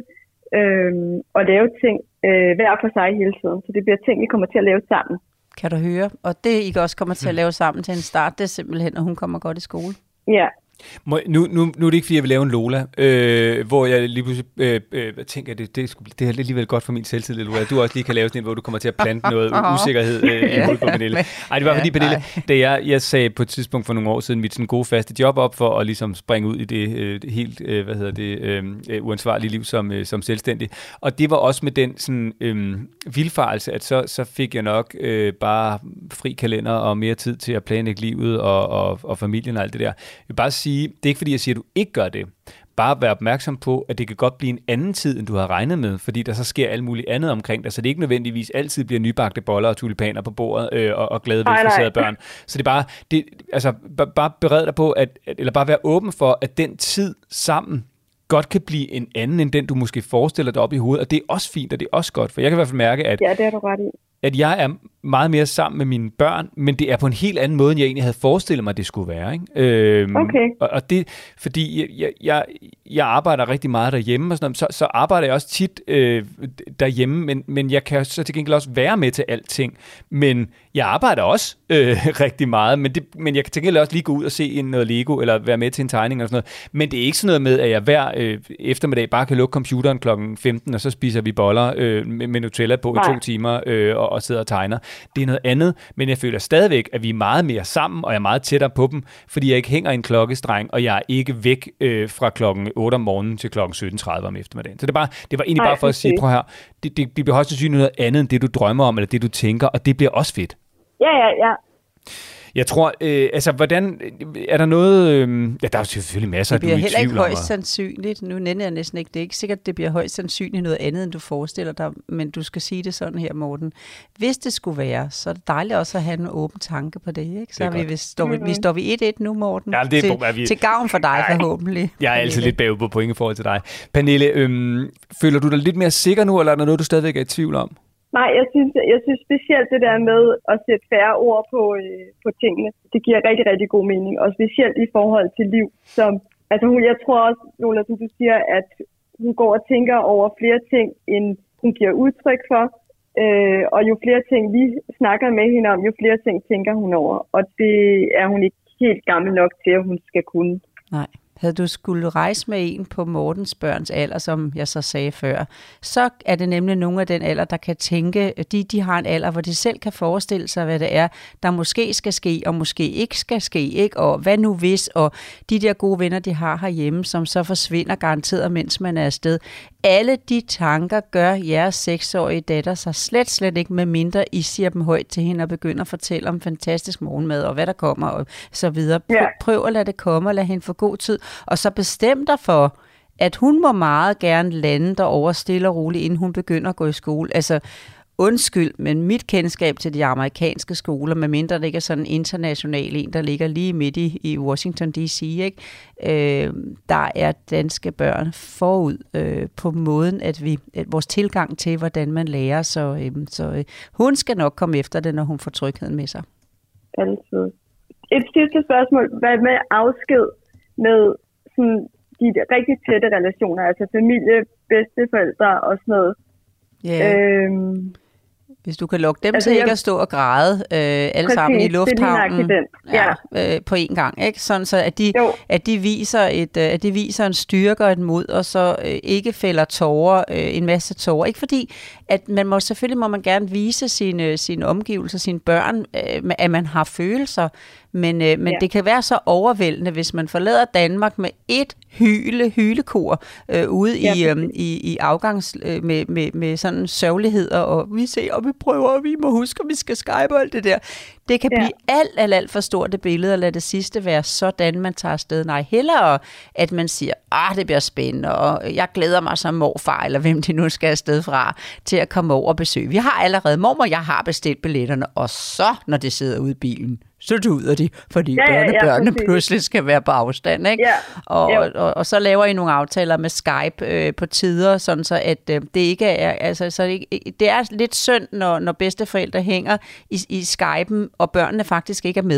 at lave ting hver for sig hele tiden. Så det bliver ting, vi kommer til at lave sammen. Kan du høre? Og det, I også kommer til at lave sammen til en start, det er simpelthen, når hun kommer godt i skole. Ja. Nu er det ikke, fordi jeg vil lave en Lola, hvor jeg lige pludselig tænker, at det er alligevel godt for min selvtillid, Lola. Du også lige kan lave sådan en, hvor du kommer til at plante noget usikkerhed i hovedet på Pernille. Nej, det var fordi, Pernille, da jeg sagde på et tidspunkt for nogle år siden mit sådan gode faste job op for at ligesom springe ud i det helt, uansvarlige liv som selvstændig. Og det var også med den sådan vildfarelse, at så fik jeg nok bare fri kalender og mere tid til at planlægge livet og familien og alt det der. Jeg vil bare sige, det er ikke fordi, jeg siger, at du ikke gør det. Bare vær opmærksom på, at det kan godt blive en anden tid, end du har regnet med, fordi der så sker alt muligt andet omkring dig, så det ikke nødvendigvis altid bliver nybagte boller og tulipaner på bordet og glade velfærdsede børn. Så det er bare, bare bered dig på, eller bare være åben for, at den tid sammen godt kan blive en anden, end den du måske forestiller dig op i hovedet, og det er også fint, og det er også godt, for jeg kan i hvert fald mærke, at ja, det er du ret i. At jeg er meget mere sammen med mine børn, men det er på en helt anden måde, end jeg egentlig havde forestillet mig, det skulle være. Ikke? Okay. Og det, fordi jeg arbejder rigtig meget derhjemme, og sådan noget, så arbejder jeg også tit derhjemme, men jeg kan så til gengæld også være med til alting. Men jeg arbejder også rigtig meget, men jeg kan til gengæld også lige gå ud og se noget Lego, eller være med til en tegning eller sådan noget. Men det er ikke sådan noget med, at jeg hver eftermiddag bare kan lukke computeren klokken 15, og så spiser vi boller med Nutella på i 2 timer, og sidder og tegner. Det er noget andet, men jeg føler stadigvæk, at vi er meget mere sammen, og jeg er meget tættere på dem, fordi jeg ikke hænger i en klokkestreng, og jeg er ikke væk fra klokken 8 om morgenen til klokken 17.30 om eftermiddagen. Så det var egentlig bare for at sige, prøv her, det bliver højst sandsynligt noget andet, end det du drømmer om, eller det du tænker, og det bliver også fedt. Ja. Jeg tror, hvordan, er der noget, der er selvfølgelig masser, du er i tvivl om. Det bliver heller ikke højst sandsynligt, nu nænder jeg næsten ikke, det er ikke sikkert, at det bliver højst sandsynligt noget andet, end du forestiller dig, men du skal sige det sådan her, Morten. Hvis det skulle være, så er det dejligt også at have en åben tanke på det, ikke? Så vi står vi 1-1 nu, Morten, ja, til gavn for dig forhåbentlig. Jeg er altid lidt bagud på point i forhold til dig. Pernille, føler du dig lidt mere sikker nu, eller er der noget, du stadigvæk er i tvivl om? Nej, jeg synes specielt det der med at sætte færre ord på tingene, det giver rigtig, rigtig god mening. Og specielt i forhold til liv. Jeg tror også, Lola, som du siger, at hun går og tænker over flere ting, end hun giver udtryk for. Og jo flere ting vi snakker med hende om, jo flere ting tænker hun over. Og det er hun ikke helt gammel nok til, at hun skal kunne. Nej. Havde du skulle rejse med en på Mortens børns alder, som jeg så sagde før, så er det nemlig nogle af den alder, der kan tænke, de har en alder, hvor de selv kan forestille sig, hvad det er, der måske skal ske, og måske ikke skal ske, ikke? Og hvad nu hvis, og de der gode venner, de har herhjemme, som så forsvinder garanteret, mens man er afsted. Alle de tanker gør jeres 6-årige datter sig slet ikke, med mindre I siger dem højt til hende og begynder at fortælle om fantastisk morgenmad og hvad der kommer og så videre. Prøv at lade det komme og lade hende få god tid. Og så bestem dig for, at hun må meget gerne lande derovre stille og roligt, inden hun begynder at gå i skole. Altså, undskyld, men mit kendskab til de amerikanske skoler, medmindre det ikke er sådan en international en, der ligger lige midt i Washington D.C., ikke? Der er danske børn forud på måden, at vores tilgang til, hvordan man lærer, så hun skal nok komme efter det, når hun får trygheden med sig. Altid. Et sidste spørgsmål. Hvad med afsked med sådan de rigtig tætte relationer, altså familie, bedsteforældre og sådan noget? Hvis du kan lukke dem til ikke at stå og græde alle sammen i lufthavnen på en gang, ikke? Sådan så at de viser en styrke og et mod, og så ikke fælder tårer, en masse tårer. Ikke fordi at man selvfølgelig må man gerne vise sine omgivelser, sine børn, at man har følelser, men det kan være så overvældende, hvis man forlader Danmark med et hylekor ude i afgangs med sådan sørgeligheder, og vi ser, og vi prøver, og vi må huske, at vi skal Skype og alt det der. Det kan blive alt for stort det billede, og lad det sidste være sådan, man tager afsted. Nej, hellere, at man siger, det bliver spændende, og jeg glæder mig som morfar, eller hvem de nu skal afsted fra, til at komme over og besøge. Vi har allerede, mormor, jeg har bestilt billetterne, og så, når det sidder ude i bilen, så tuder de, fordi børnene pludselig skal være på afstand, ikke? Og så laver I nogle aftaler med Skype på tider, sådan så at det ikke er, det er lidt synd, når bedsteforældre hænger i Skypen, og børnene faktisk ikke er med.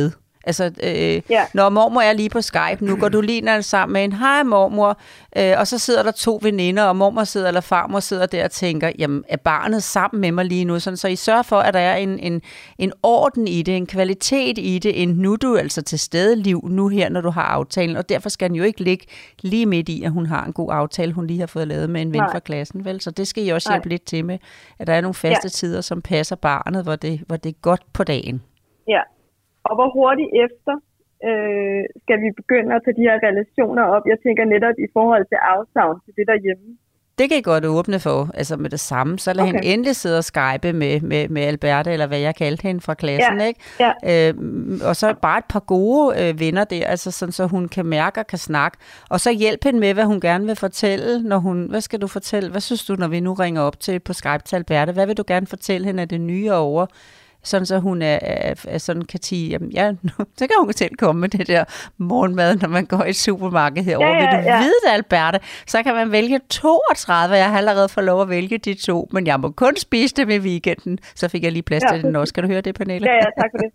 Altså, når mormor er lige på Skype, nu går du lige sammen med en, hej mormor, og så sidder der 2 veninder, og mormor sidder, eller farmor sidder der og tænker, jamen, er barnet sammen med mig lige nu? Sådan, så I sørger for, at der er en orden i det, en kvalitet i det, en nu du altså til stede liv nu her, når du har aftalen, og derfor skal den jo ikke ligge lige midt i, at hun har en god aftale, hun lige har fået lavet med en ven fra klassen, vel? Så det skal I også hjælpe lidt til med, at der er nogle faste tider, som passer barnet, hvor det er godt på dagen. Ja, og hvor hurtigt efter skal vi begynde at tage de her relationer op? Jeg tænker netop i forhold til afsavn til det derhjemme. Det kan I godt åbne for, altså med det samme. Så lad hende endelig sidde og skype med Alberte, eller hvad jeg kaldte hende fra klassen, ikke? Ja. Og så bare et par gode venner der, altså sådan, så hun kan mærke og kan snakke. Og så hjælp hende med, hvad hun gerne vil fortælle, hvad skal du fortælle? Hvad synes du, når vi nu ringer op på Skype til Alberte? Hvad vil du gerne fortælle hende af det nye over? Sådan så hun er sådan kan sige, jamen så kan hun selv komme med det der morgenmad, når man går i supermarkedet herovre. Vil du vide det, Alberte? Så kan man vælge 32, jeg har allerede fået lov at vælge de 2, men jeg må kun spise dem i weekenden. Så fik jeg lige plads til den også. Skal du høre det, Pernille? Ja, tak for det.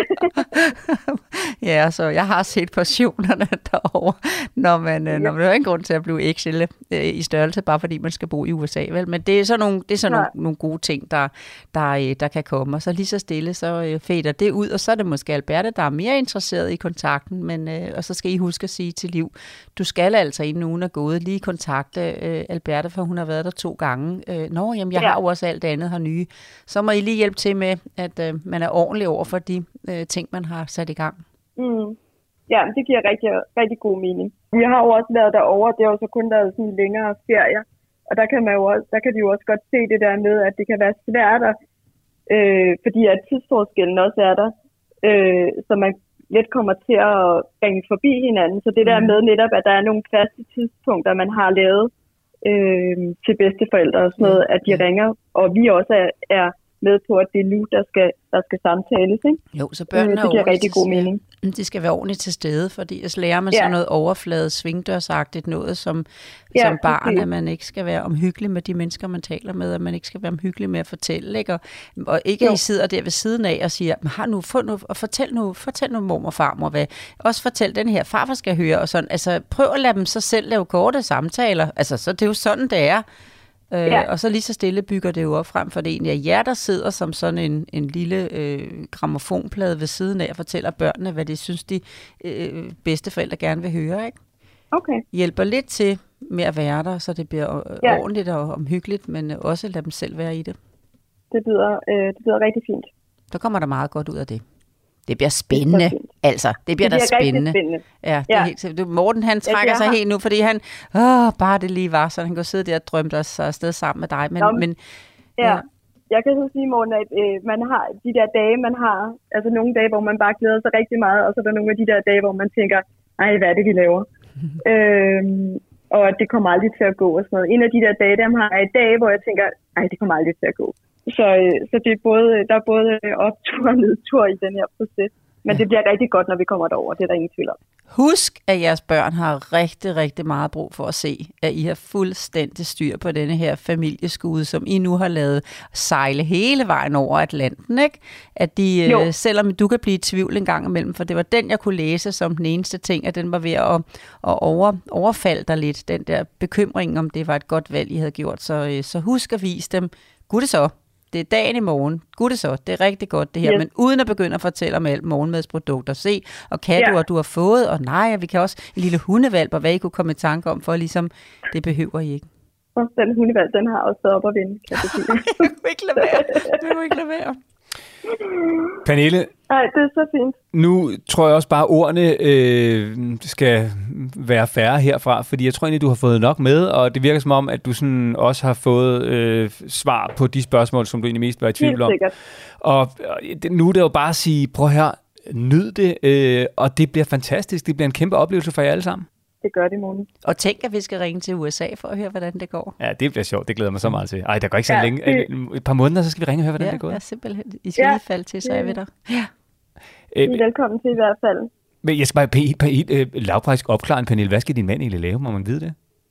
Ja, så jeg har set portionerne derovre, når man har en grund til at blive XL i størrelse, bare fordi man skal bo i USA, vel? Men det er sådan nogle gode ting, der kan komme, og så lige så stille, så fader det ud, og så er det måske Alberte, der er mere interesseret i kontakten, men og så skal I huske at sige til Liv, du skal altså, inden ugen er gået, lige kontakte Alberte, for hun har været der 2 gange. Jeg har jo også alt andet her nye. Så må I lige hjælpe til med, at man er ordentlig over for de ting, man har sat i gang. Ja, det giver rigtig, rigtig god mening. Vi har jo også været derovre, det har jo så kun været sådan længere ferier, og der kan vi jo også godt se det der med, at det kan være svært at fordi at tidsforskellen også er der, så man let kommer til at ringe forbi hinanden. Så det der med netop, at der er nogle faste tidspunkter, man har lavet til bedsteforældre og sådan noget, at de ringer, og vi også er med på, at det er nu, der skal samtales, ikke? Jo, så børnene det giver rigtig god mening. De skal være ordentligt til stede, fordi ellers lærer man sådan noget overflade, svingdørsagtigt, noget som barn, at man ikke skal være omhyggelig med de mennesker, man taler med, at man ikke skal være omhyggelig med at fortælle, ikke? Og ikke at I sidder der ved siden af og siger, fortæl nu mormor og farmor, hvad. Også fortæl den her, farfar skal høre, og sådan. Altså, prøv at lade dem så selv lave korte samtaler. Altså, så det er jo sådan, det er. Og så lige så stille bygger det jo op frem for det egentlig er jer, der sidder som sådan en lille grammofonplade ved siden af og fortæller børnene, hvad de synes, de bedsteforældre gerne vil høre, ikke? Okay. Hjælper lidt til med at være der, så det bliver ordentligt og omhyggeligt, men også lade dem selv være i det. Det lyder rigtig fint. Så kommer der meget godt ud af det. Det bliver spændende. Det bliver da spændende. Ja, det er helt, Morten, han trækker sig helt nu, fordi han, bare det lige var, så han kunne sidde der og drømme sig afsted sammen med dig. Men jeg kan så sige, Morten, at man har de der dage, man har, altså nogle dage, hvor man bare glæder sig rigtig meget, og så er der nogle af de der dage, hvor man tænker, ej, hvad er det, vi laver? Og det kommer aldrig til at gå og sådan noget. En af de der dage, dem har jeg i dag, hvor jeg tænker, ej, det kommer aldrig til at gå. Så det er der er både optur og nedtur i den her proces. Men det bliver rigtig godt, når vi kommer derover. Det er der ingen tvivl om. Husk, at jeres børn har rigtig, rigtig meget brug for at se, at I har fuldstændig styr på denne her familieskude, som I nu har lavet sejle hele vejen over Atlanten, ikke? At de, selvom du kan blive i tvivl en gang imellem, for det var den, jeg kunne læse som den eneste ting, at den var ved at overfalde dig lidt, den der bekymring, om det var et godt valg, I havde gjort. Så husk at vise dem, gud det så. Det er dagen i morgen. Gud det så, det er rigtig godt det her, men uden at begynde at fortælle om alt morgenmadsprodukter. Se, og du har fået, og nej, vi kan også en lille hundevalp, og hvad I kunne komme i tanke om, for ligesom, det behøver I ikke. Og den hundevalp, den har også op at vinde, kan jeg sige. Jeg kunne ikke lade være. Pernille, nej, det er så fint. Nu tror jeg også bare, at ordene skal være færre herfra, fordi jeg tror egentlig, du har fået nok med, og det virker som om, at du sådan også har fået svar på de spørgsmål, som du egentlig mest var i tvivl om. Helt sikkert. Og nu er det jo bare at sige, prøv her, nyd det, og det bliver fantastisk. Det bliver en kæmpe oplevelse for jer alle sammen. Det gør det i morgen. Og tænk, at vi skal ringe til USA for at høre, hvordan det går. Ja, det bliver sjovt. Det glæder mig så meget til. Ej, der går ikke så længe. Et par måneder, så skal vi ringe og høre, hvordan det går. Ja, simpelthen. I skal lige falde til, så er vi der. Ja. I er velkommen til i hvert fald. Men jeg skal bare lavpraktisk opklare, Pernille. Hvad skal din mand egentlig lave? Må man vide det?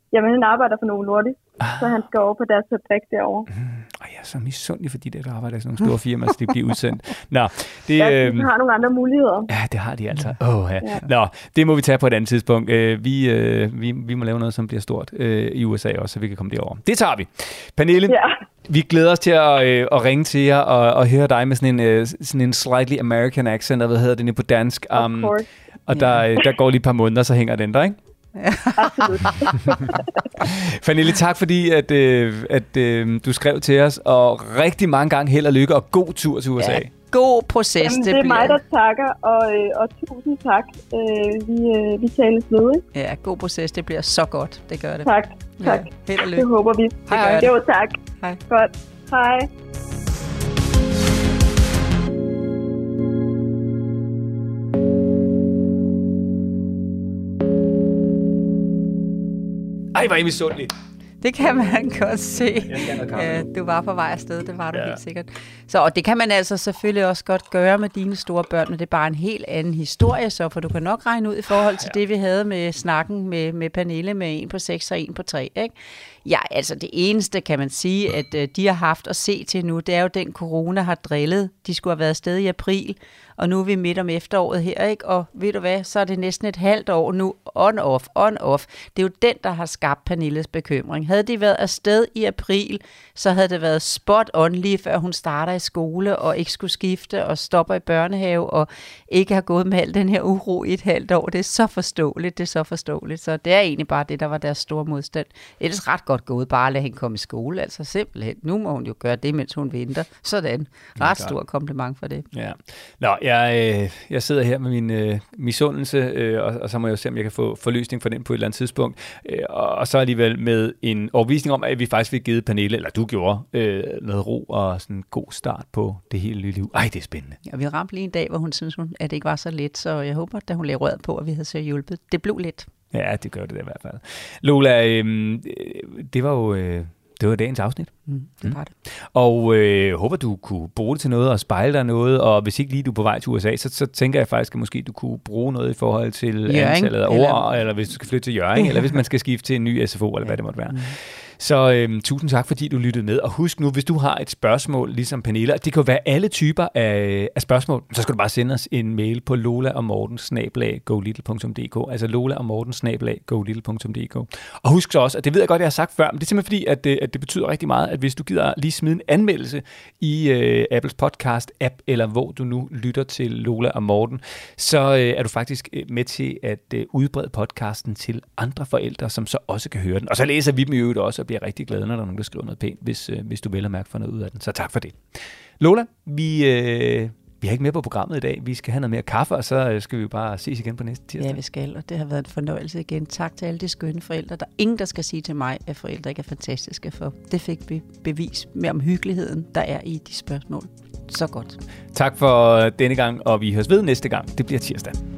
Jamen, han arbejder for Novo Nordisk, så han skal over på deres fabrik derovre. Jeg er så misundelig, fordi der arbejder i sådan nogle store firmaer, så det bliver udsendt. Nå, det, de har nogle andre muligheder. Ja, det har de altså. Ja. Nå, det må vi tage på et andet tidspunkt. Vi må lave noget, som bliver stort i USA også, så vi kan komme derover. Det tager vi. Pernille, vi glæder os til at ringe til jer og høre dig med sådan en slightly American accent, og hvad hedder det på dansk? Og der går lige et par måneder, så hænger den der, ikke? Absolut. Pernille, tak fordi at du skrev til os, og rigtig mange gange held og lykke, og god tur til USA. Ja, god proces. Jamen, det er mig, der takker, og tusind tak. Vi tales ved, ikke? Ja, god proces. Det bliver så godt. Det gør det. Tak. Ja, held og lykke. Det håber vi. Hej. Jo, tak. Hej. Godt. Hej. Ej, hvor er I misundelig. Det kan man godt se. Du var på vej afsted, det var du helt sikkert. Så, og det kan man altså selvfølgelig også godt gøre med dine store børn, men det er bare en helt anden historie, så for du kan nok regne ud i forhold til det, vi havde med snakken med Pernille med 1 på 6 og 1 på 3, ikke? Ja, altså det eneste, kan man sige, at de har haft at se til nu, det er jo den corona har drillet. De skulle have været afsted i april, og nu er vi midt om efteråret her, ikke? Og ved du hvad, så er det næsten et halvt år nu, on-off. Det er jo den, der har skabt Pernilles bekymring. Havde de været afsted i april, så havde det været spot on lige før hun starter i skole, og ikke skulle skifte, og stopper i børnehave, og ikke har gået med al den her uro i et halvt år. Det er så forståeligt, så det er egentlig bare det, der var deres store modstand. Ellers ret godt gået, bare at lade hende komme i skole, altså simpelthen. Nu må hun jo gøre det, mens hun venter. Sådan. Ret stor kompliment for det. Ja. Nå, jeg sidder her med min misundelse, og så må jeg jo se, om jeg kan få løsning for den på et eller andet tidspunkt. Og så alligevel med en overbevisning om, at vi faktisk fik givet Pernille, eller du gjorde, noget ro og sådan en god start på det hele lille liv. Ej, det er spændende. Ja, vi ramte lige en dag, hvor hun synes, at det ikke var så let, så jeg håber, da hun lagde røret på, at vi havde så hjulpet. Det blev let. Ja, det gør det i hvert fald. Lola, det var dagens afsnit. Det var det. Og håber, du kunne bruge det til noget og spejle dig noget, og hvis ikke lige du er på vej til USA, så tænker jeg faktisk, at måske du kunne bruge noget i forhold til antallet af ord, eller hvis du skal flytte til Hjørring, eller hvis man skal skifte til en ny SFO, eller hvad det måtte være. Så tusind tak, fordi du lyttede med. Og husk nu, hvis du har et spørgsmål, ligesom Pernille, det kan jo være alle typer af spørgsmål, så skal du bare sende os en mail på lolaogmorten@golittle.dk, altså lolaogmorten@golittle.dk. Og husk så også, at det ved jeg godt, jeg har sagt før, men det er simpelthen fordi, at det betyder rigtig meget, at hvis du gider lige smide en anmeldelse i Apples podcast-app, eller hvor du nu lytter til Lola og Morten, så er du faktisk med til at udbrede podcasten til andre forældre, som så også kan høre den. Og så læser vi dem i øvrigt også, og bliver rigtig glade, når der er nogen, der skriver noget pænt, hvis du vil have mærke for noget ud af den. Så tak for det. Lola, vi har ikke mere på programmet i dag. Vi skal have noget mere kaffe, og så skal vi jo bare ses igen på næste tirsdag. Ja, vi skal, og det har været en fornøjelse igen. Tak til alle de skønne forældre. Der er ingen, der skal sige til mig, at forældre ikke er fantastiske, for det fik vi bevis med omhyggeligheden, der er i de spørgsmål. Så godt. Tak for denne gang, og vi høres ved næste gang. Det bliver tirsdag.